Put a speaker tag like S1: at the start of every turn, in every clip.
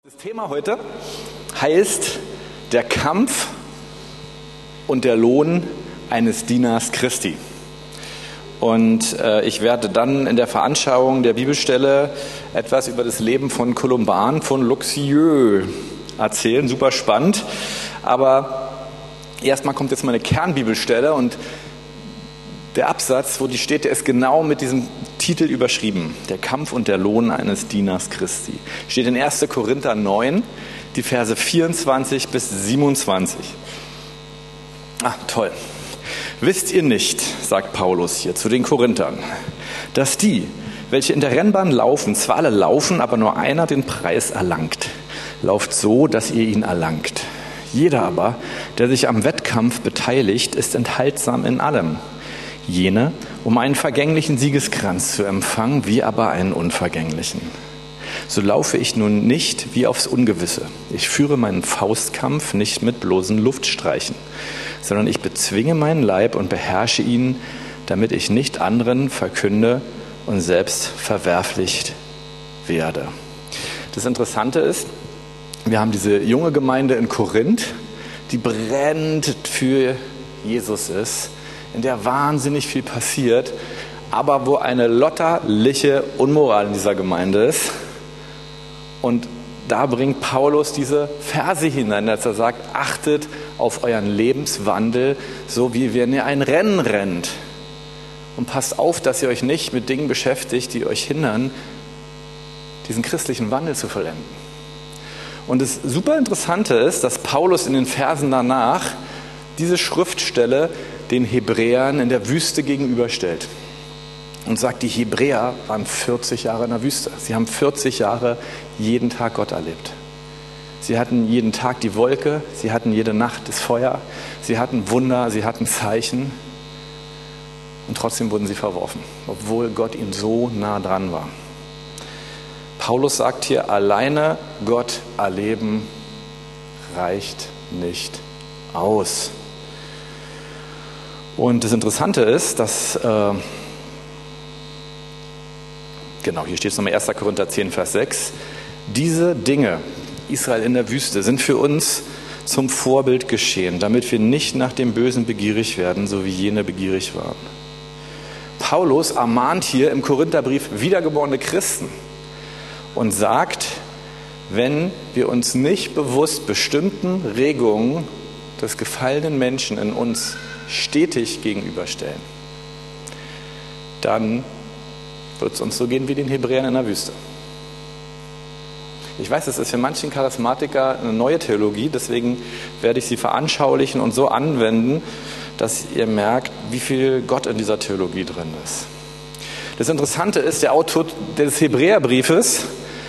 S1: Das Thema heute heißt der Kampf und der Lohn eines Dieners Christi. Und ich werde dann in der Veranschauung der Bibelstelle etwas über das Leben von Columban von Lisieux erzählen. Super spannend. Aber erstmal kommt jetzt meine Kernbibelstelle und der Absatz, wo die steht, der ist genau mit diesem Titel überschrieben. Der Kampf und der Lohn eines Dieners Christi. Steht in 1. Korinther 9, die Verse 24 bis 27. Toll. Wisst ihr nicht, sagt Paulus hier zu den Korinthern, dass die, welche in der Rennbahn laufen, zwar alle laufen, aber nur einer den Preis erlangt. Lauft so, dass ihr ihn erlangt. Jeder aber, der sich am Wettkampf beteiligt, ist enthaltsam in allem. Jene, um einen vergänglichen Siegeskranz zu empfangen, wir aber einen unvergänglichen. So laufe ich nun nicht wie aufs Ungewisse. Ich führe meinen Faustkampf nicht mit bloßen Luftstreichen, sondern ich bezwinge meinen Leib und beherrsche ihn, damit ich nicht anderen verkünde und selbst verwerflich werde. Das Interessante ist, wir haben diese junge Gemeinde in Korinth, die brennend für Jesus ist, in der wahnsinnig viel passiert, aber wo eine lotterliche Unmoral in dieser Gemeinde ist. Und da bringt Paulus diese Verse hinein, dass er sagt, achtet auf euren Lebenswandel, so wie wenn ihr ein Rennen rennt. Und passt auf, dass ihr euch nicht mit Dingen beschäftigt, die euch hindern, diesen christlichen Wandel zu vollenden. Und das super Interessante ist, dass Paulus in den Versen danach diese Schriftstelle den Hebräern in der Wüste gegenüberstellt und sagt, die Hebräer waren 40 Jahre in der Wüste. Sie haben 40 Jahre jeden Tag Gott erlebt. Sie hatten jeden Tag die Wolke, sie hatten jede Nacht das Feuer, sie hatten Wunder, sie hatten Zeichen und trotzdem wurden sie verworfen, obwohl Gott ihnen so nah dran war. Paulus sagt hier, alleine Gott erleben reicht nicht aus. Und das Interessante ist, dass, hier steht es nochmal 1. Korinther 10, Vers 6, diese Dinge, Israel in der Wüste, sind für uns zum Vorbild geschehen, damit wir nicht nach dem Bösen begierig werden, so wie jene begierig waren. Paulus ermahnt hier im Korintherbrief wiedergeborene Christen und sagt, wenn wir uns nicht bewusst bestimmten Regungen des gefallenen Menschen in uns stetig gegenüberstellen, dann wird es uns so gehen wie den Hebräern in der Wüste. Ich weiß, es ist für manchen Charismatiker eine neue Theologie, deswegen werde ich sie veranschaulichen und so anwenden, dass ihr merkt, wie viel Gott in dieser Theologie drin ist. Das Interessante ist, der Autor des Hebräerbriefes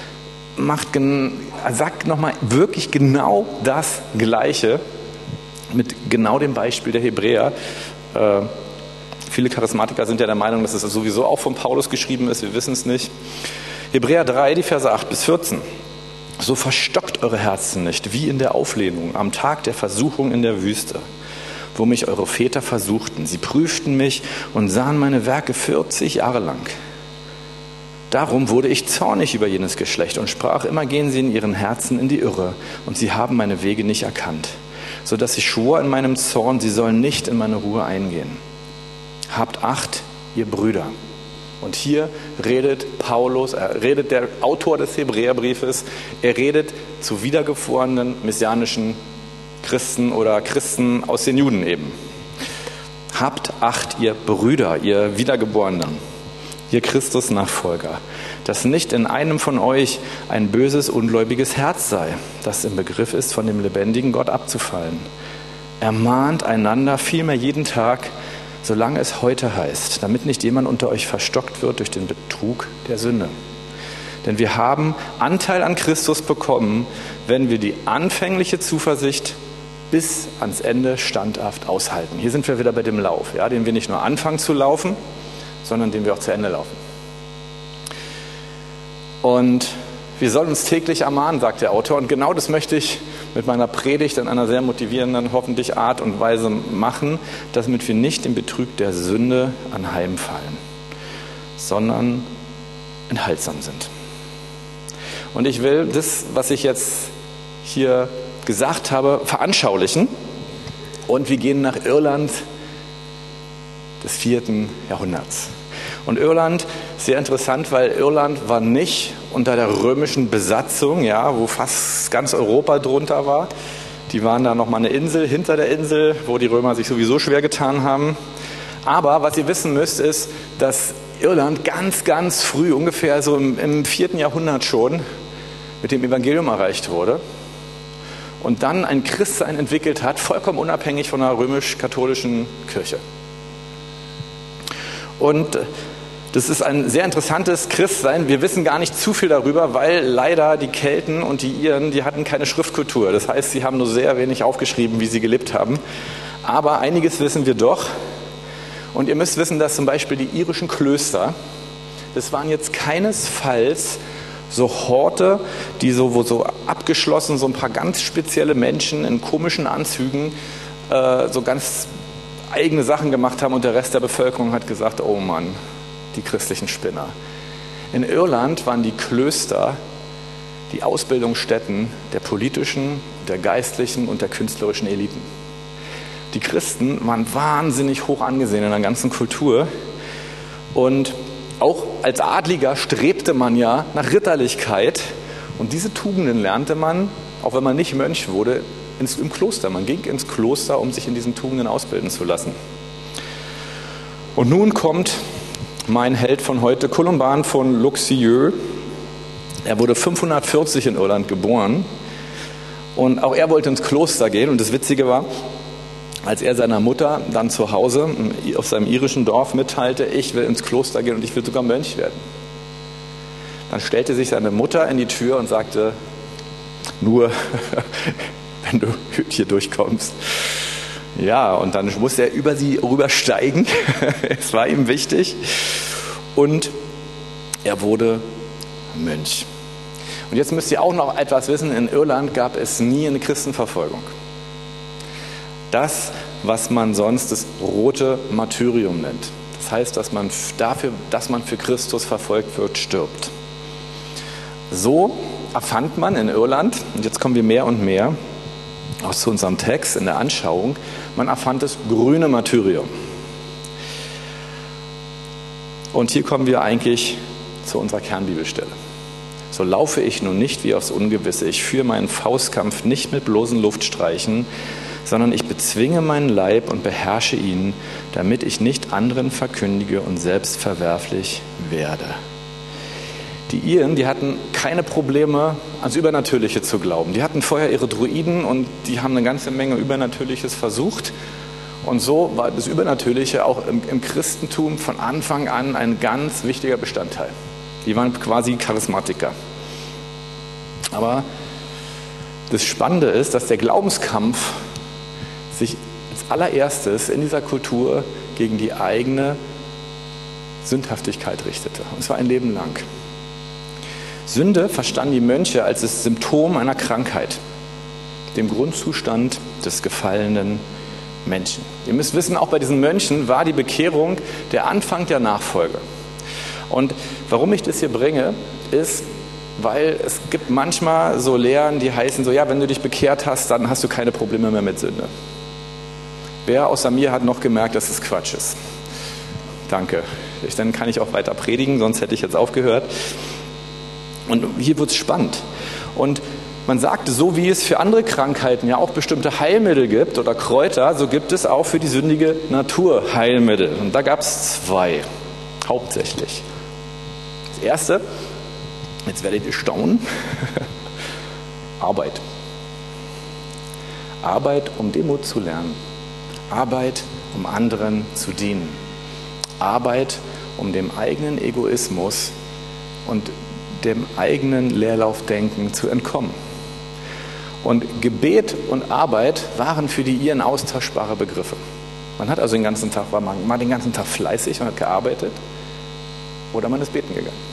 S1: sagt nochmal wirklich genau das Gleiche, mit genau dem Beispiel der Hebräer. Viele Charismatiker sind ja der Meinung, dass es sowieso auch von Paulus geschrieben ist, wir wissen es nicht. Hebräer 3, die Verse 8 bis 14. So verstockt eure Herzen nicht, wie in der Auflehnung, am Tag der Versuchung in der Wüste, wo mich eure Väter versuchten. Sie prüften mich und sahen meine Werke 40 Jahre lang. Darum wurde ich zornig über jenes Geschlecht und sprach, immer gehen sie in ihren Herzen in die Irre und sie haben meine Wege nicht erkannt, sodass ich schwor in meinem Zorn, sie sollen nicht in meine Ruhe eingehen. Habt Acht, ihr Brüder. Und hier redet Paulus, redet der Autor des Hebräerbriefes, er redet zu wiedergeborenen messianischen Christen oder Christen aus den Juden eben. Habt Acht, ihr Brüder, ihr Wiedergeborenen, ihr Christus-Nachfolger, dass nicht in einem von euch ein böses, ungläubiges Herz sei, das im Begriff ist, von dem lebendigen Gott abzufallen. Ermahnt einander vielmehr jeden Tag, solange es heute heißt, damit nicht jemand unter euch verstockt wird durch den Betrug der Sünde. Denn wir haben Anteil an Christus bekommen, wenn wir die anfängliche Zuversicht bis ans Ende standhaft aushalten. Hier sind wir wieder bei dem Lauf, den wir nicht nur anfangen zu laufen, sondern den wir auch zu Ende laufen. Und wir sollen uns täglich ermahnen, sagt der Autor. Und genau das möchte ich mit meiner Predigt in einer sehr motivierenden, hoffentlich Art und Weise machen, damit wir nicht dem Betrug der Sünde anheimfallen, sondern enthaltsam sind. Und ich will das, was ich jetzt hier gesagt habe, veranschaulichen. Und wir gehen nach Irland des 4. Jahrhunderts. Und Irland, sehr interessant, weil Irland war nicht unter der römischen Besatzung, ja, wo fast ganz Europa drunter war. Die waren da nochmal eine Insel hinter der Insel, wo die Römer sich sowieso schwer getan haben. Aber was ihr wissen müsst, ist, dass Irland ganz, ganz früh, ungefähr so im 4. Jahrhundert schon, mit dem Evangelium erreicht wurde und dann ein Christsein entwickelt hat, vollkommen unabhängig von der römisch-katholischen Kirche. Und das ist ein sehr interessantes Christsein. Wir wissen gar nicht zu viel darüber, weil leider die Kelten und die Iren, die hatten keine Schriftkultur. Das heißt, sie haben nur sehr wenig aufgeschrieben, wie sie gelebt haben. Aber einiges wissen wir doch. Und ihr müsst wissen, dass zum Beispiel die irischen Klöster, das waren jetzt keinesfalls so Horte, wo so abgeschlossen so ein paar ganz spezielle Menschen in komischen Anzügen so ganz eigene Sachen gemacht haben und der Rest der Bevölkerung hat gesagt, oh Mann, die christlichen Spinner. In Irland waren die Klöster die Ausbildungsstätten der politischen, der geistlichen und der künstlerischen Eliten. Die Christen waren wahnsinnig hoch angesehen in der ganzen Kultur und auch als Adliger strebte man ja nach Ritterlichkeit und diese Tugenden lernte man, auch wenn man nicht Mönch wurde, im Kloster. Man ging ins Kloster, um sich in diesen Tugenden ausbilden zu lassen. Und nun kommt mein Held von heute, Columban von Luxeuil. Er wurde 540 in Irland geboren und auch er wollte ins Kloster gehen. Und das Witzige war, als er seiner Mutter dann zu Hause auf seinem irischen Dorf mitteilte, ich will ins Kloster gehen und ich will sogar Mönch werden. Dann stellte sich seine Mutter in die Tür und sagte, nur wenn du hier durchkommst. Ja, und dann musste er über sie rübersteigen. Es war ihm wichtig. Und er wurde Mönch. Und jetzt müsst ihr auch noch etwas wissen. In Irland gab es nie eine Christenverfolgung. Das, was man sonst das rote Martyrium nennt. Das heißt, dass man dafür, dass man für Christus verfolgt wird, stirbt. So erfand man in Irland, und jetzt kommen wir mehr und mehr auch zu unserem Text in der Anschauung, man erfand das grüne Martyrium. Und hier kommen wir eigentlich zu unserer Kernbibelstelle. So laufe ich nun nicht wie aufs Ungewisse, ich führe meinen Faustkampf nicht mit bloßen Luftstreichen, sondern ich bezwinge meinen Leib und beherrsche ihn, damit ich nicht anderen verkündige und selbst verwerflich werde. Die Iren, die hatten keine Probleme, ans Übernatürliche zu glauben. Die hatten vorher ihre Druiden und die haben eine ganze Menge Übernatürliches versucht. Und so war das Übernatürliche auch im Christentum von Anfang an ein ganz wichtiger Bestandteil. Die waren quasi Charismatiker. Aber das Spannende ist, dass der Glaubenskampf sich als allererstes in dieser Kultur gegen die eigene Sündhaftigkeit richtete. Und zwar ein Leben lang. Sünde verstanden die Mönche als das Symptom einer Krankheit, dem Grundzustand des gefallenen Menschen. Ihr müsst wissen, auch bei diesen Mönchen war die Bekehrung der Anfang der Nachfolge. Und warum ich das hier bringe, ist, weil es gibt manchmal so Lehren, die heißen so, ja, wenn du dich bekehrt hast, dann hast du keine Probleme mehr mit Sünde. Wer außer mir hat noch gemerkt, dass es Quatsch ist? Danke. Dann kann ich auch weiter predigen, sonst hätte ich jetzt aufgehört. Und hier wird es spannend. Und man sagt, so wie es für andere Krankheiten ja auch bestimmte Heilmittel gibt oder Kräuter, so gibt es auch für die sündige Natur Heilmittel. Und da gab es zwei, hauptsächlich. Das erste, jetzt werdet ihr staunen, Arbeit. Arbeit, um Demut zu lernen. Arbeit, um anderen zu dienen. Arbeit, um dem eigenen Egoismus und dem eigenen Leerlaufdenken zu entkommen. Und Gebet und Arbeit waren für die Iren austauschbare Begriffe. Man hat also den ganzen Tag, war man den ganzen Tag fleißig und hat gearbeitet oder man ist beten gegangen.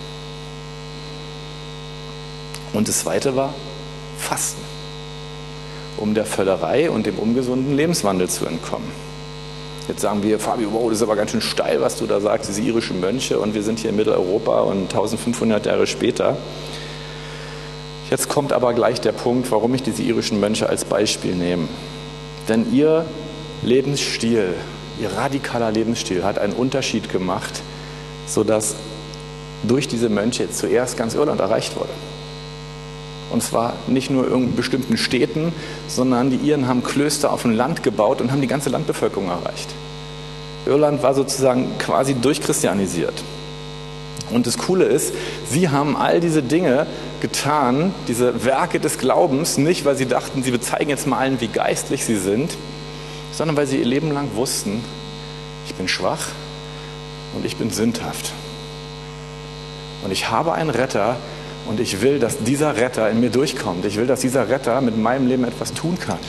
S1: Und das zweite war Fasten, um der Völlerei und dem ungesunden Lebenswandel zu entkommen. Jetzt sagen wir, Fabio, wow, das ist aber ganz schön steil, was du da sagst, diese irischen Mönche und wir sind hier in Mitteleuropa und 1500 Jahre später. Jetzt kommt aber gleich der Punkt, warum ich diese irischen Mönche als Beispiel nehme. Denn ihr Lebensstil, ihr radikaler Lebensstil hat einen Unterschied gemacht, sodass durch diese Mönche jetzt zuerst ganz Irland erreicht wurde. Und zwar nicht nur in bestimmten Städten, sondern die Iren haben Klöster auf dem Land gebaut und haben die ganze Landbevölkerung erreicht. Irland war sozusagen quasi durchchristianisiert. Und das Coole ist, sie haben all diese Dinge getan, diese Werke des Glaubens, nicht weil sie dachten, sie bezeigen jetzt mal allen, wie geistlich sie sind, sondern weil sie ihr Leben lang wussten, ich bin schwach und ich bin sündhaft. Und ich habe einen Retter und ich will, dass dieser Retter in mir durchkommt. Ich will, dass dieser Retter mit meinem Leben etwas tun kann.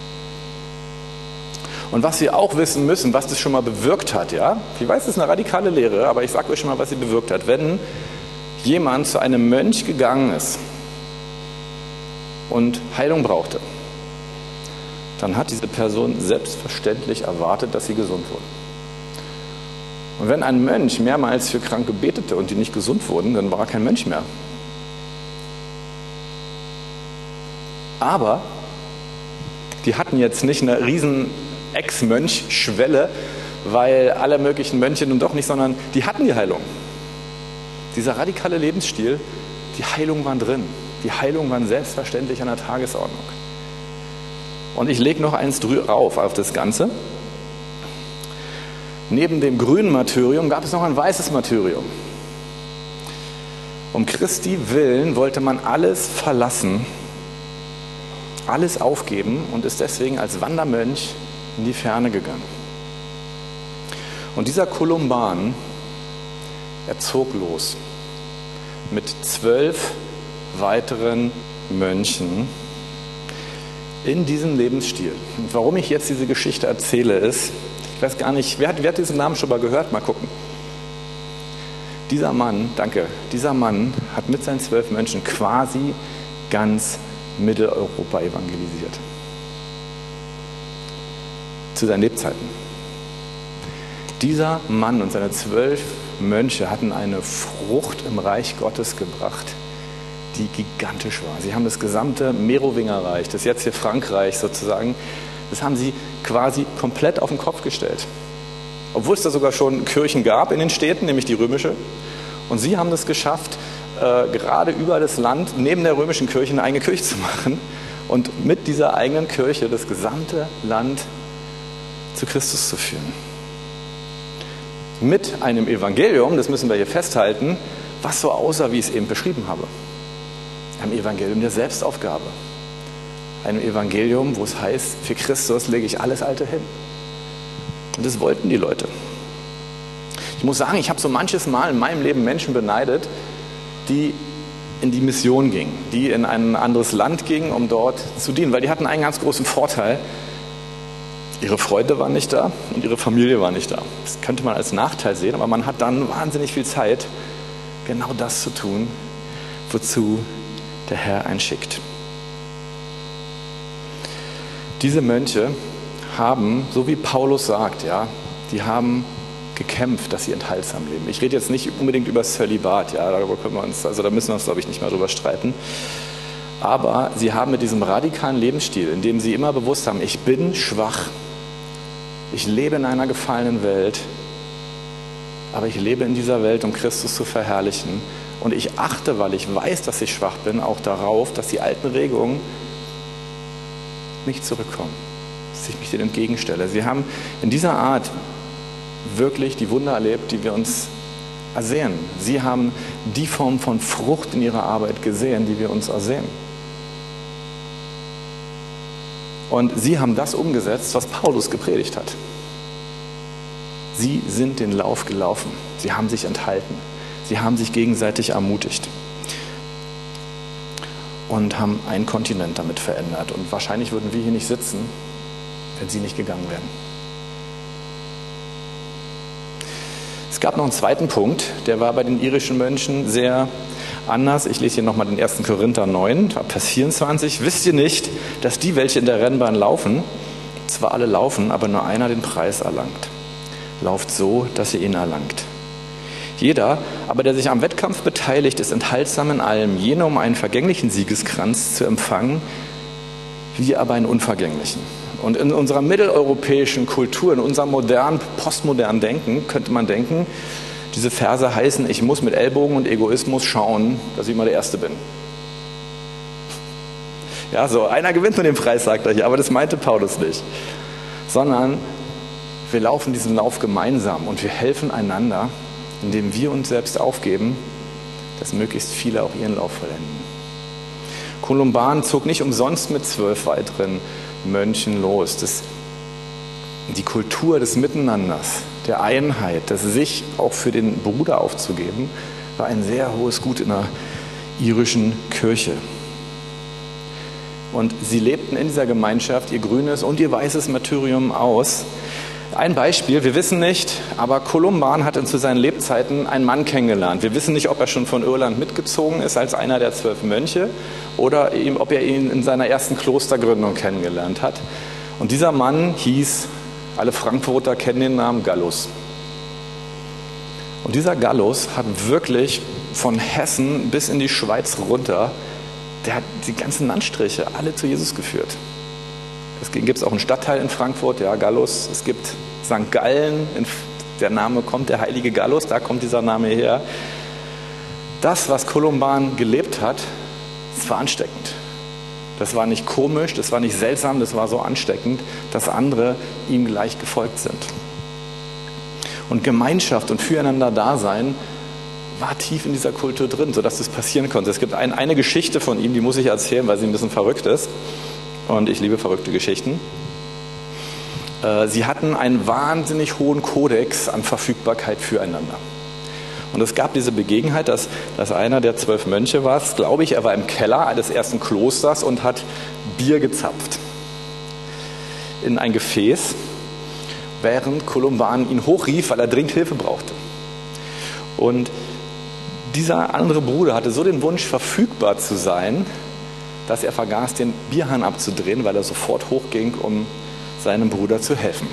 S1: Und was Sie auch wissen müssen, was das schon mal bewirkt hat, ja? Ich weiß, das ist eine radikale Lehre, aber ich sage euch schon mal, was sie bewirkt hat. Wenn jemand zu einem Mönch gegangen ist und Heilung brauchte, dann hat diese Person selbstverständlich erwartet, dass sie gesund wurde. Und wenn ein Mönch mehrmals für Kranke betete und die nicht gesund wurden, dann war er kein Mönch mehr. Aber die hatten jetzt nicht eine riesen Ex-Mönch-Schwelle, weil alle möglichen Mönche nun doch nicht, sondern die hatten die Heilung. Dieser radikale Lebensstil, die Heilung waren drin. Die Heilung waren selbstverständlich an der Tagesordnung. Und ich lege noch eins drauf auf das Ganze. Neben dem grünen Martyrium gab es noch ein weißes Martyrium. Um Christi willen wollte man alles verlassen, alles aufgeben und ist deswegen als Wandermönch in die Ferne gegangen. Und dieser Kolumban, er zog los mit 12 weiteren Mönchen in diesem Lebensstil. Und warum ich jetzt diese Geschichte erzähle ist, ich weiß gar nicht, wer hat diesen Namen schon mal gehört? Mal gucken. Dieser Mann hat mit seinen 12 Mönchen quasi ganz Mitteleuropa evangelisiert. Zu seinen Lebzeiten. Dieser Mann und seine 12 Mönche hatten eine Frucht im Reich Gottes gebracht, die gigantisch war. Sie haben das gesamte Merowingerreich, das jetzt hier Frankreich sozusagen, das haben sie quasi komplett auf den Kopf gestellt. Obwohl es da sogar schon Kirchen gab in den Städten, nämlich die römische. Und sie haben es geschafft, gerade über das Land neben der römischen Kirche eine eigene Kirche zu machen und mit dieser eigenen Kirche das gesamte Land zu Christus zu führen. Mit einem Evangelium, das müssen wir hier festhalten, was so aussah, wie ich es eben beschrieben habe. Einem Evangelium der Selbstaufgabe. Einem Evangelium, wo es heißt, für Christus lege ich alles Alte hin. Und das wollten die Leute. Ich muss sagen, ich habe so manches Mal in meinem Leben Menschen beneidet, die in die Mission gingen, die in ein anderes Land gingen, um dort zu dienen, weil die hatten einen ganz großen Vorteil. Ihre Freunde waren nicht da und ihre Familie war nicht da. Das könnte man als Nachteil sehen, aber man hat dann wahnsinnig viel Zeit, genau das zu tun, wozu der Herr einen schickt. Diese Mönche haben, so wie Paulus sagt, ja, die haben gekämpft, dass sie enthaltsam leben. Ich rede jetzt nicht unbedingt über Zölibat, ja, darüber können wir uns, also da müssen wir uns, glaube ich, nicht mehr drüber streiten. Aber sie haben mit diesem radikalen Lebensstil, in dem sie immer bewusst haben, ich bin schwach, ich lebe in einer gefallenen Welt, aber ich lebe in dieser Welt, um Christus zu verherrlichen. Und ich achte, weil ich weiß, dass ich schwach bin, auch darauf, dass die alten Regungen nicht zurückkommen, dass ich mich denen entgegenstelle. Sie haben in dieser Art wirklich die Wunder erlebt, die wir uns ersehen. Sie haben die Form von Frucht in ihrer Arbeit gesehen, die wir uns ersehen. Und sie haben das umgesetzt, was Paulus gepredigt hat. Sie sind den Lauf gelaufen. Sie haben sich enthalten. Sie haben sich gegenseitig ermutigt. Und haben einen Kontinent damit verändert. Und wahrscheinlich würden wir hier nicht sitzen, wenn sie nicht gegangen wären. Es gab noch einen zweiten Punkt, der war bei den irischen Mönchen sehr anders. Ich lese hier nochmal den 1. Korinther 9, Vers 24. Wisst ihr nicht, dass die, welche in der Rennbahn laufen, zwar alle laufen, aber nur einer den Preis erlangt? Lauft so, dass ihr ihn erlangt. Jeder, aber der sich am Wettkampf beteiligt, ist enthaltsam in allem, jener um einen vergänglichen Siegeskranz zu empfangen, wir aber einen unvergänglichen. Und in unserer mitteleuropäischen Kultur, in unserem postmodernen Denken, könnte man denken, diese Verse heißen, ich muss mit Ellbogen und Egoismus schauen, dass ich mal der Erste bin. Ja, so, einer gewinnt nur den Preis, sagt er hier, aber das meinte Paulus nicht. Sondern wir laufen diesen Lauf gemeinsam und wir helfen einander, indem wir uns selbst aufgeben, dass möglichst viele auch ihren Lauf vollenden. Columban zog nicht umsonst mit 12 weiteren Mönchen los. Die Kultur des Miteinanders, der Einheit, das sich auch für den Bruder aufzugeben, war ein sehr hohes Gut in der irischen Kirche. Und sie lebten in dieser Gemeinschaft ihr grünes und ihr weißes Martyrium aus. Ein Beispiel, wir wissen nicht, aber Columban hat zu seinen Lebzeiten einen Mann kennengelernt. Wir wissen nicht, ob er schon von Irland mitgezogen ist als einer der 12 Mönche oder ob er ihn in seiner ersten Klostergründung kennengelernt hat. Und dieser Mann hieß, alle Frankfurter kennen den Namen, Gallus. Und dieser Gallus hat wirklich von Hessen bis in die Schweiz runter, der hat die ganzen Landstriche alle zu Jesus geführt. Deswegen gibt es auch einen Stadtteil in Frankfurt, ja, Gallus. Es gibt St. Gallen, der Name kommt, der heilige Gallus, da kommt dieser Name her. Das, was Columban gelebt hat, das war ansteckend. Das war nicht komisch, das war nicht seltsam, das war so ansteckend, dass andere ihm gleich gefolgt sind. Und Gemeinschaft und Füreinander-Dasein war tief in dieser Kultur drin, sodass das passieren konnte. Es gibt eine Geschichte von ihm, die muss ich erzählen, weil sie ein bisschen verrückt ist. Und ich liebe verrückte Geschichten. Sie hatten einen wahnsinnig hohen Kodex an Verfügbarkeit füreinander. Und es gab diese Begebenheit, dass einer der 12 Mönche war, glaube ich, er war im Keller des ersten Klosters und hat Bier gezapft in ein Gefäß, während Columban ihn hochrief, weil er dringend Hilfe brauchte. Und dieser andere Bruder hatte so den Wunsch, verfügbar zu sein, dass er vergaß, den Bierhahn abzudrehen, weil er sofort hochging, um seinem Bruder zu helfen.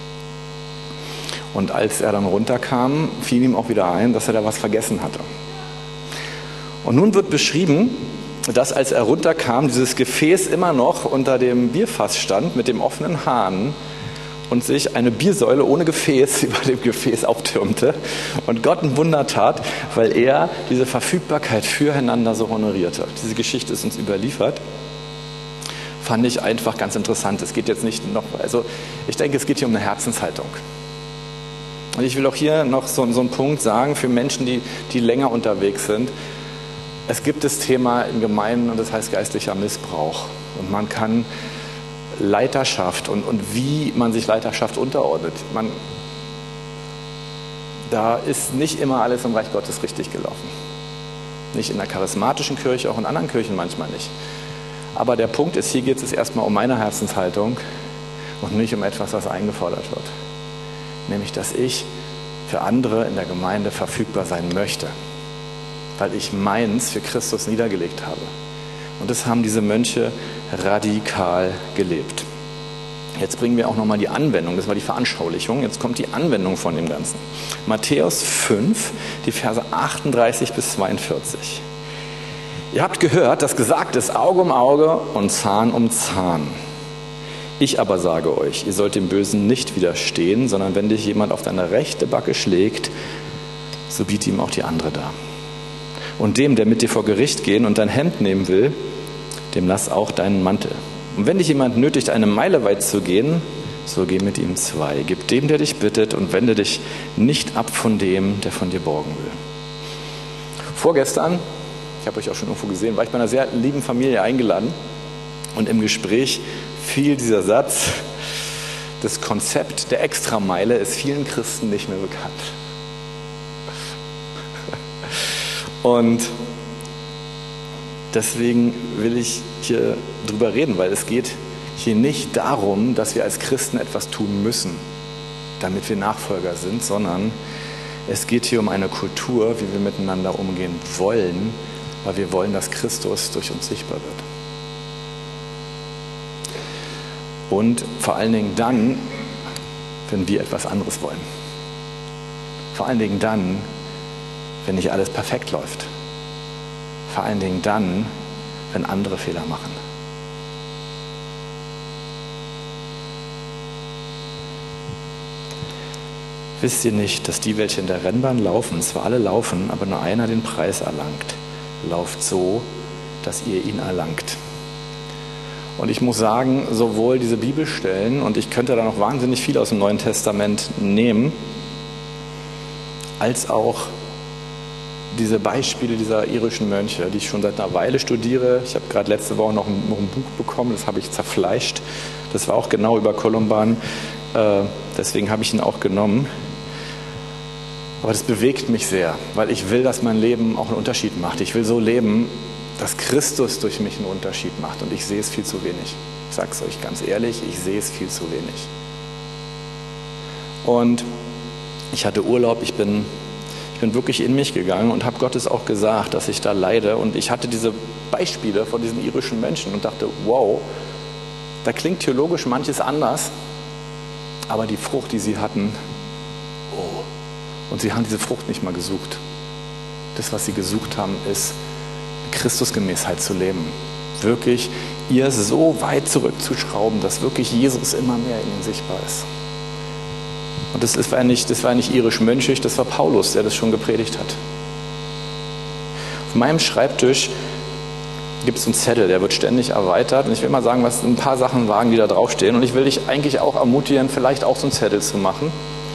S1: Und als er dann runterkam, fiel ihm auch wieder ein, dass er da was vergessen hatte. Und nun wird beschrieben, dass als er runterkam, dieses Gefäß immer noch unter dem Bierfass stand mit dem offenen Hahn und sich eine Biersäule ohne Gefäß über dem Gefäß auftürmte und Gott ein Wunder tat, weil er diese Verfügbarkeit füreinander so honorierte. Diese Geschichte ist uns überliefert. Fand ich einfach ganz interessant. Es geht jetzt nicht noch, also ich denke, es geht hier um eine Herzenshaltung. Und ich will auch hier noch so einen Punkt sagen für Menschen, die länger unterwegs sind. Es gibt das Thema in Gemeinden und das heißt geistlicher Missbrauch. Und man kann Leiterschaft und wie man sich Leiterschaft unterordnet. Da ist nicht immer alles im Reich Gottes richtig gelaufen. Nicht in der charismatischen Kirche, auch in anderen Kirchen manchmal nicht. Aber der Punkt ist, hier geht es erstmal um meine Herzenshaltung und nicht um etwas, was eingefordert wird. Nämlich, dass ich für andere in der Gemeinde verfügbar sein möchte, weil ich meins für Christus niedergelegt habe. Und das haben diese Mönche radikal gelebt. Jetzt bringen wir auch nochmal die Anwendung, das war die Veranschaulichung, jetzt kommt die Anwendung von dem Ganzen. Matthäus 5, die Verse 38 bis 42. Ihr habt gehört, dass gesagt ist, Auge um Auge und Zahn um Zahn. Ich aber sage euch, ihr sollt dem Bösen nicht widerstehen, sondern wenn dich jemand auf deine rechte Backe schlägt, so biete ihm auch die andere dar. Und dem, der mit dir vor Gericht gehen und dein Hemd nehmen will, dem lass auch deinen Mantel. Und wenn dich jemand nötigt, eine Meile weit zu gehen, so geh mit ihm 2. Gib dem, der dich bittet, und wende dich nicht ab von dem, der von dir borgen will. Vorgestern, ich habe euch auch schon irgendwo gesehen, war ich bei einer sehr lieben Familie eingeladen und im Gespräch fiel dieser Satz, das Konzept der Extrameile ist vielen Christen nicht mehr bekannt. Und deswegen will ich hier drüber reden, weil es geht hier nicht darum, dass wir als Christen etwas tun müssen, damit wir Nachfolger sind, sondern es geht hier um eine Kultur, wie wir miteinander umgehen wollen, weil wir wollen, dass Christus durch uns sichtbar wird. Und vor allen Dingen dann, wenn wir etwas anderes wollen. Vor allen Dingen dann, wenn nicht alles perfekt läuft. Vor allen Dingen dann, wenn andere Fehler machen. Wisst ihr nicht, dass die, welche in der Rennbahn laufen, zwar alle laufen, aber nur einer den Preis erlangt? Lauft so, dass ihr ihn erlangt. Und ich muss sagen, sowohl diese Bibelstellen, und ich könnte da noch wahnsinnig viel aus dem Neuen Testament nehmen, als auch diese Beispiele dieser irischen Mönche, die ich schon seit einer Weile studiere. Ich habe gerade letzte Woche noch ein Buch bekommen, das habe ich zerfleischt. Das war auch genau über Columban, deswegen habe ich ihn auch genommen. Aber das bewegt mich sehr, weil ich will, dass mein Leben auch einen Unterschied macht. Ich will so leben, dass Christus durch mich einen Unterschied macht. Und ich sehe es viel zu wenig. Ich sage es euch ganz ehrlich, ich sehe es viel zu wenig. Und ich hatte Urlaub, ich bin wirklich in mich gegangen und habe Gottes auch gesagt, dass ich da leide. Und ich hatte diese Beispiele von diesen irischen Menschen und dachte, wow, da klingt theologisch manches anders, aber die Frucht, die sie hatten, oh. Und sie haben diese Frucht nicht mal gesucht. Das, was sie gesucht haben, ist Christusgemäßheit zu leben. Wirklich ihr so weit zurückzuschrauben, dass wirklich Jesus immer mehr in ihnen sichtbar ist. Und das war nicht irisch-mönchig, das war Paulus, der das schon gepredigt hat. Auf meinem Schreibtisch gibt es einen Zettel, der wird ständig erweitert. Und ich will mal sagen, was ein paar Sachen wagen, die da draufstehen. Und ich will dich eigentlich auch ermutigen, vielleicht auch so einen Zettel zu machen.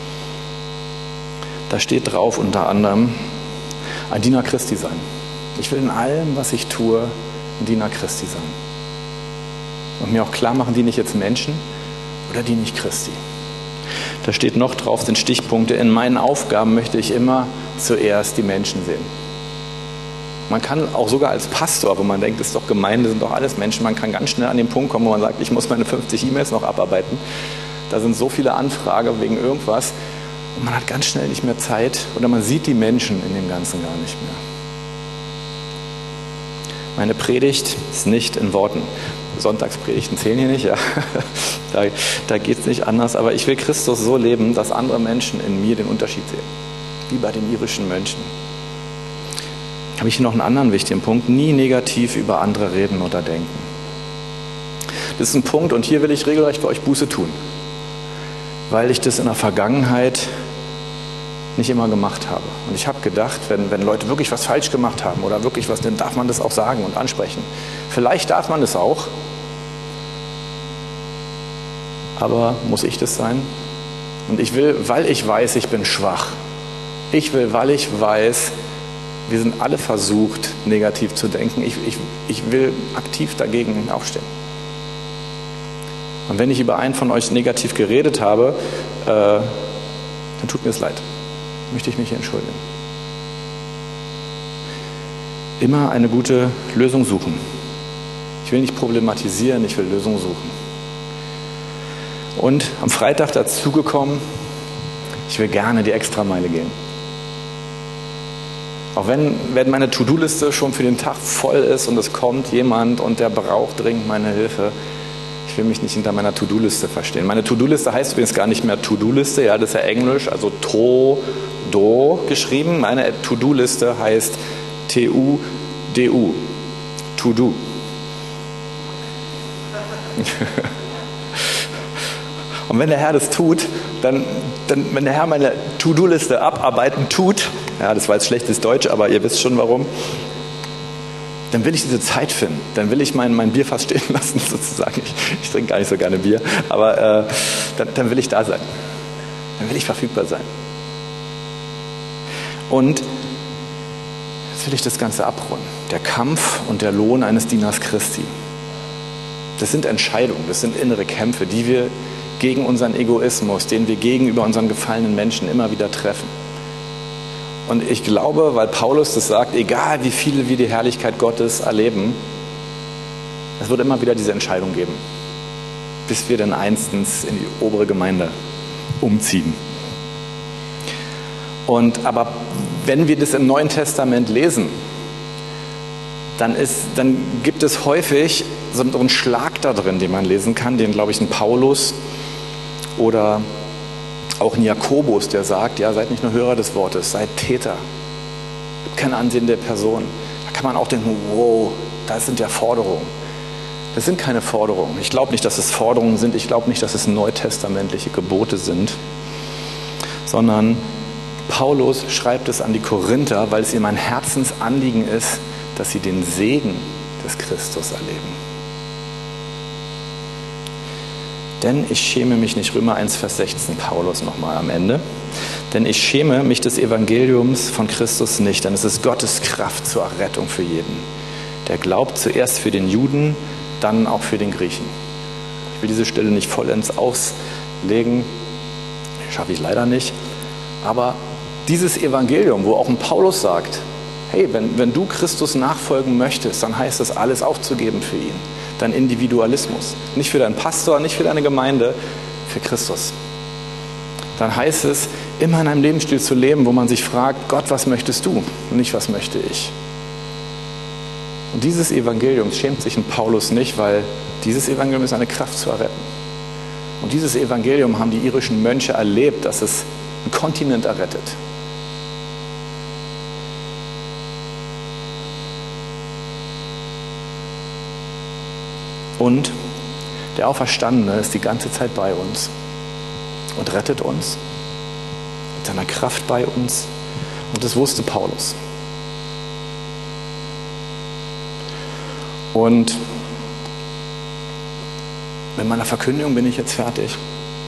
S1: Da steht drauf unter anderem, ein Diener Christi sein. Ich will in allem, was ich tue, ein Diener Christi sein. Und mir auch klar machen, diene ich jetzt Menschen oder diene ich Christi. Da steht noch drauf, sind Stichpunkte, in meinen Aufgaben möchte ich immer zuerst die Menschen sehen. Man kann auch sogar als Pastor, wo man denkt, das ist doch Gemeinde, sind doch alles Menschen, man kann ganz schnell an den Punkt kommen, wo man sagt, ich muss meine 50 E-Mails noch abarbeiten. Da sind so viele Anfragen wegen irgendwas und man hat ganz schnell nicht mehr Zeit oder man sieht die Menschen in dem Ganzen gar nicht mehr. Meine Predigt ist nicht in Worten. Sonntagspredigten zählen hier nicht, ja. Da geht es nicht anders. Aber ich will Christus so leben, dass andere Menschen in mir den Unterschied sehen. Wie bei den irischen Mönchen. Habe ich hier noch einen anderen wichtigen Punkt. Nie negativ über andere reden oder denken. Das ist ein Punkt und hier will ich regelrecht für euch Buße tun. Weil ich das in der Vergangenheit nicht immer gemacht habe. Und ich habe gedacht, wenn Leute wirklich was falsch gemacht haben oder wirklich was, dann darf man das auch sagen und ansprechen. Vielleicht darf man das auch, aber muss ich das sein? Und ich will, weil ich weiß, ich bin schwach. Ich will, weil ich weiß, wir sind alle versucht, negativ zu denken. Ich will aktiv dagegen aufstehen. Und wenn ich über einen von euch negativ geredet habe, dann tut mir es leid. Möchte ich mich entschuldigen. Immer eine gute Lösung suchen. Ich will nicht problematisieren, ich will Lösungen suchen. Und am Freitag dazugekommen, ich will gerne die Extrameile gehen. Auch wenn meine To-Do-Liste schon für den Tag voll ist und es kommt jemand und der braucht dringend meine Hilfe, ich will mich nicht hinter meiner To-Do-Liste verstehen. Meine To-Do-Liste heißt übrigens gar nicht mehr To-Do-Liste, ja, das ist ja Englisch, also To-Do geschrieben. Meine To-Do-Liste heißt T-U-D-U, To-Do. Und wenn der Herr das tut, dann wenn der Herr meine To-Do-Liste abarbeiten tut, ja, das war jetzt schlechtes Deutsch, aber ihr wisst schon warum, dann will ich diese Zeit finden. Dann will ich mein Bier fast stehen lassen, sozusagen. Ich trinke gar nicht so gerne Bier, aber dann will ich da sein. Dann will ich verfügbar sein. Und jetzt will ich das Ganze abrunden. Der Kampf und der Lohn eines Dieners Christi. Das sind Entscheidungen, das sind innere Kämpfe, die wir gegen unseren Egoismus, den wir gegenüber unseren gefallenen Menschen immer wieder treffen. Und ich glaube, weil Paulus das sagt, egal wie viele wir die Herrlichkeit Gottes erleben, es wird immer wieder diese Entscheidung geben, bis wir dann einstens in die obere Gemeinde umziehen. Aber wenn wir das im Neuen Testament lesen, dann gibt es häufig so einen Schlag da drin, den man lesen kann, den, glaube ich, ein Paulus oder auch ein Jakobus, der sagt, ja, seid nicht nur Hörer des Wortes, seid Täter. kein Ansehen der Person. Da kann man auch denken, wow, das sind ja Forderungen. Das sind keine Forderungen. Ich glaube nicht, dass es Forderungen sind. Ich glaube nicht, dass es neutestamentliche Gebote sind. Sondern Paulus schreibt es an die Korinther, weil es ihm ein Herzensanliegen ist, dass sie den Segen des Christus erleben. Denn ich schäme mich nicht, Römer 1, Vers 16, Paulus nochmal am Ende. Denn ich schäme mich des Evangeliums von Christus nicht, denn es ist Gottes Kraft zur Errettung für jeden, der glaubt, zuerst für den Juden, dann auch für den Griechen. Ich will diese Stelle nicht vollends auslegen, schaffe ich leider nicht, aber dieses Evangelium, wo auch ein Paulus sagt, hey, wenn du Christus nachfolgen möchtest, dann heißt das alles aufzugeben für ihn. Dein Individualismus. Nicht für deinen Pastor, nicht für deine Gemeinde, für Christus. Dann heißt es, immer in einem Lebensstil zu leben, wo man sich fragt, Gott, was möchtest du? Und nicht, was möchte ich? Und dieses Evangelium schämt sich ein Paulus nicht, weil dieses Evangelium ist eine Kraft zu erretten. Und dieses Evangelium haben die irischen Mönche erlebt, dass es einen Kontinent errettet. Und der Auferstandene ist die ganze Zeit bei uns und rettet uns, mit seiner Kraft bei uns. Und das wusste Paulus. Und mit meiner Verkündigung bin ich jetzt fertig.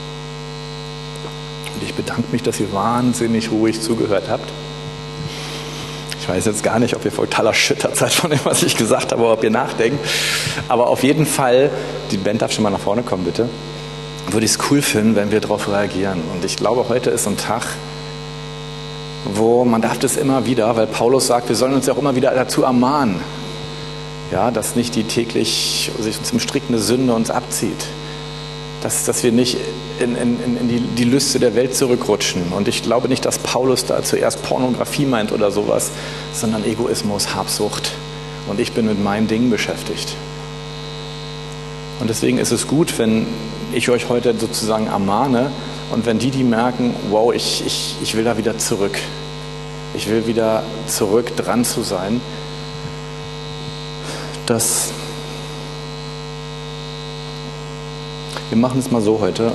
S1: Und ich bedanke mich, dass ihr wahnsinnig ruhig zugehört habt. Ich weiß jetzt gar nicht, ob ihr total erschüttert seid von dem, was ich gesagt habe, oder ob ihr nachdenkt. Aber auf jeden Fall, die Band darf schon mal nach vorne kommen, bitte. Würde ich es cool finden, wenn wir darauf reagieren. Und ich glaube, heute ist so ein Tag, wo man darf das immer wieder, weil Paulus sagt, wir sollen uns ja auch immer wieder dazu ermahnen, ja, dass nicht die täglich sich zum strickende Sünde uns abzieht. Dass wir nicht in die Lüste der Welt zurückrutschen. Und ich glaube nicht, dass Paulus da zuerst Pornografie meint oder sowas, sondern Egoismus, Habsucht. Und ich bin mit meinen Dingen beschäftigt. Und deswegen ist es gut, wenn ich euch heute sozusagen ermahne und wenn die merken, wow, ich will da wieder zurück. Ich will wieder zurück, dran zu sein. Wir machen es mal so heute,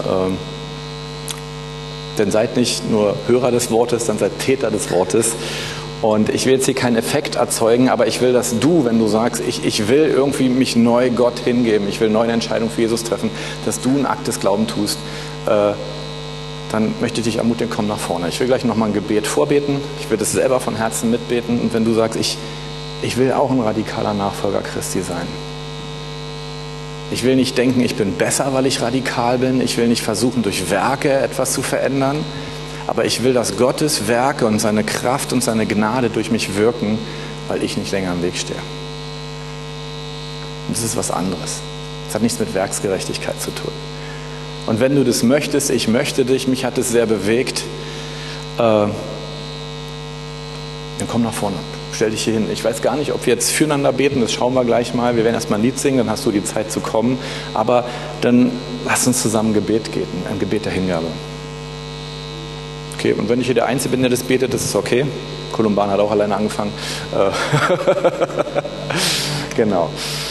S1: denn seid nicht nur Hörer des Wortes, dann seid Täter des Wortes. Und ich will jetzt hier keinen Effekt erzeugen, aber ich will, dass du, wenn du sagst, ich will irgendwie mich neu Gott hingeben, ich will neu eine Entscheidung für Jesus treffen, dass du einen Akt des Glaubens tust, dann möchte ich dich ermutigen, komm nach vorne. Ich will gleich nochmal ein Gebet vorbeten, ich will das selber von Herzen mitbeten. Und wenn du sagst, ich will auch ein radikaler Nachfolger Christi sein. Ich will nicht denken, ich bin besser, weil ich radikal bin. Ich will nicht versuchen, durch Werke etwas zu verändern. Aber ich will, dass Gottes Werke und seine Kraft und seine Gnade durch mich wirken, weil ich nicht länger im Weg stehe. Und das ist was anderes. Das hat nichts mit Werksgerechtigkeit zu tun. Und wenn du das möchtest, ich möchte dich, mich hat es sehr bewegt, dann komm nach vorne. Stell dich hier hin. Ich weiß gar nicht, ob wir jetzt füreinander beten, das schauen wir gleich mal. Wir werden erstmal ein Lied singen, dann hast du die Zeit zu kommen. Aber dann lass uns zusammen ein Gebet beten, ein Gebet der Hingabe. Okay, und wenn ich hier der Einzige bin, der das betet, das ist okay. Kolumban hat auch alleine angefangen. Genau.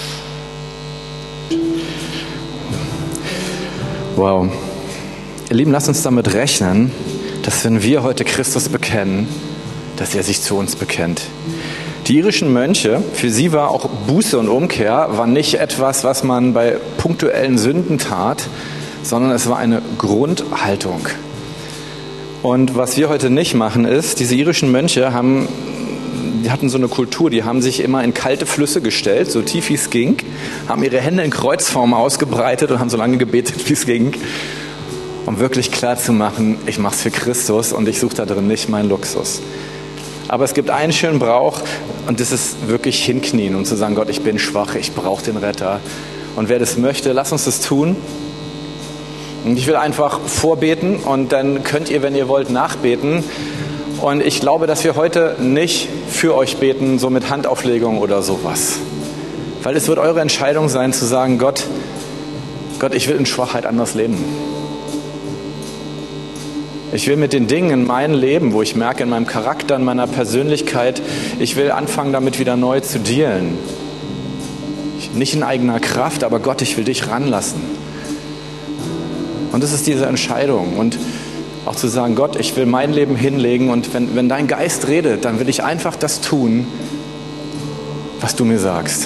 S1: Wow. Ihr Lieben, lasst uns damit rechnen, dass wenn wir heute Christus bekennen, dass er sich zu uns bekennt. Die irischen Mönche, für sie war auch Buße und Umkehr war nicht etwas, was man bei punktuellen Sünden tat, sondern es war eine Grundhaltung. Und was wir heute nicht machen ist, diese irischen Mönche die hatten so eine Kultur, die haben sich immer in kalte Flüsse gestellt, so tief wie es ging, haben ihre Hände in Kreuzform ausgebreitet und haben so lange gebetet, wie es ging, um wirklich klar zu machen, ich mache es für Christus und ich suche da drin nicht meinen Luxus. Aber es gibt einen schönen Brauch und das ist wirklich hinknien und zu sagen, Gott, ich bin schwach, ich brauche den Retter. Und wer das möchte, lass uns das tun. Und ich will einfach vorbeten und dann könnt ihr, wenn ihr wollt, nachbeten. Und ich glaube, dass wir heute nicht für euch beten, so mit Handauflegung oder sowas. Weil es wird eure Entscheidung sein, zu sagen, Gott, ich will in Schwachheit anders leben. Ich will mit den Dingen in meinem Leben, wo ich merke, in meinem Charakter, in meiner Persönlichkeit, ich will anfangen, damit wieder neu zu dealen. Nicht in eigener Kraft, aber Gott, ich will dich ranlassen. Und das ist diese Entscheidung. Und auch zu sagen, Gott, ich will mein Leben hinlegen und wenn dein Geist redet, dann will ich einfach das tun, was du mir sagst.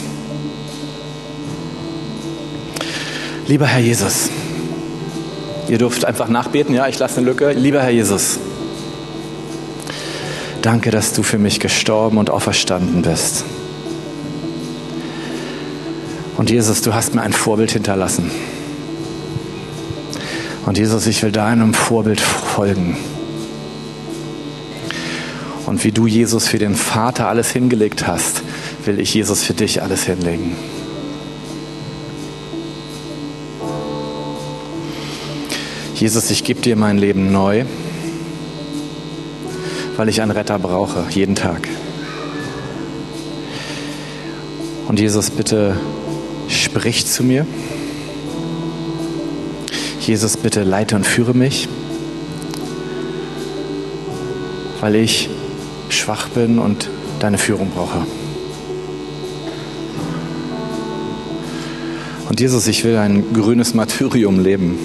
S1: Lieber Herr Jesus, ihr dürft einfach nachbeten, ja, ich lasse eine Lücke. Lieber Herr Jesus, danke, dass du für mich gestorben und auferstanden bist. Und Jesus, du hast mir ein Vorbild hinterlassen. Und Jesus, ich will deinem Vorbild folgen. Und wie du, Jesus, für den Vater alles hingelegt hast, will ich, Jesus, für dich alles hinlegen. Jesus, ich gebe dir mein Leben neu, weil ich einen Retter brauche, jeden Tag. Und Jesus, bitte sprich zu mir. Jesus, bitte leite und führe mich, weil ich schwach bin und deine Führung brauche. Und Jesus, ich will ein grünes Martyrium leben.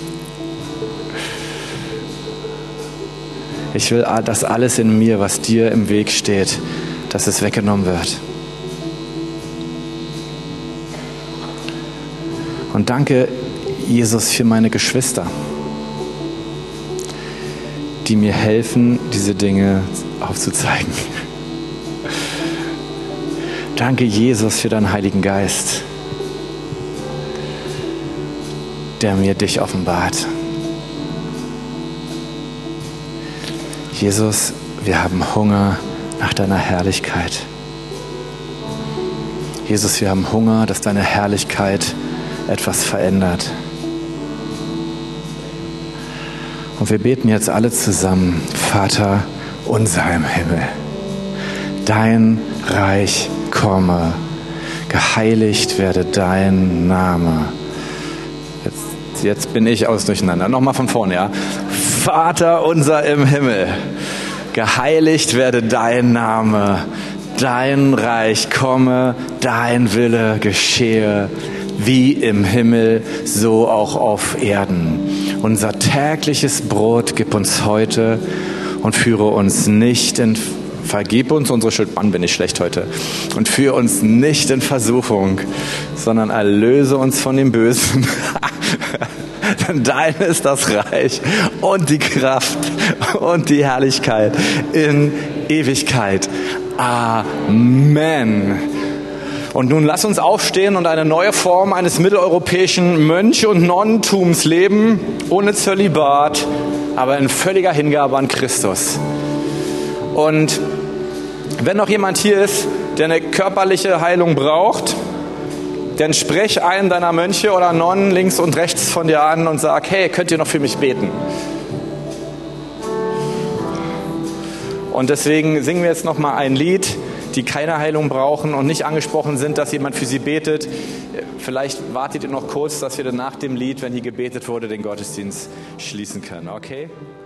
S1: Ich will, dass alles in mir, was dir im Weg steht, dass es weggenommen wird. Und danke, Jesus, für meine Geschwister, die mir helfen, diese Dinge aufzuzeigen. Danke, Jesus, für deinen Heiligen Geist, der mir dich offenbart. Jesus, wir haben Hunger nach deiner Herrlichkeit. Jesus, wir haben Hunger, dass deine Herrlichkeit etwas verändert. Und wir beten jetzt alle zusammen: Vater unser im Himmel, dein Reich komme, geheiligt werde dein Name. Jetzt bin ich durcheinander. Nochmal von vorne, ja. Vater unser im Himmel, geheiligt werde dein Name, dein Reich komme, dein Wille geschehe, wie im Himmel, so auch auf Erden. Unser tägliches Brot gib uns heute und führe uns nicht vergib uns unsere Schuld, Mann, bin ich schlecht heute, und führe uns nicht in Versuchung, sondern erlöse uns von dem Bösen. Denn dein ist das Reich und die Kraft und die Herrlichkeit in Ewigkeit. Amen. Und nun lass uns aufstehen und eine neue Form eines mitteleuropäischen Mönch- und Nonnentums leben, ohne Zölibat, aber in völliger Hingabe an Christus. Und wenn noch jemand hier ist, der eine körperliche Heilung braucht, dann sprech einen deiner Mönche oder Nonnen links und rechts von dir an und sag: Hey, könnt ihr noch für mich beten? Und deswegen singen wir jetzt noch mal ein Lied, die keine Heilung brauchen und nicht angesprochen sind, dass jemand für sie betet. Vielleicht wartet ihr noch kurz, dass wir dann nach dem Lied, wenn hier gebetet wurde, den Gottesdienst schließen können. Okay?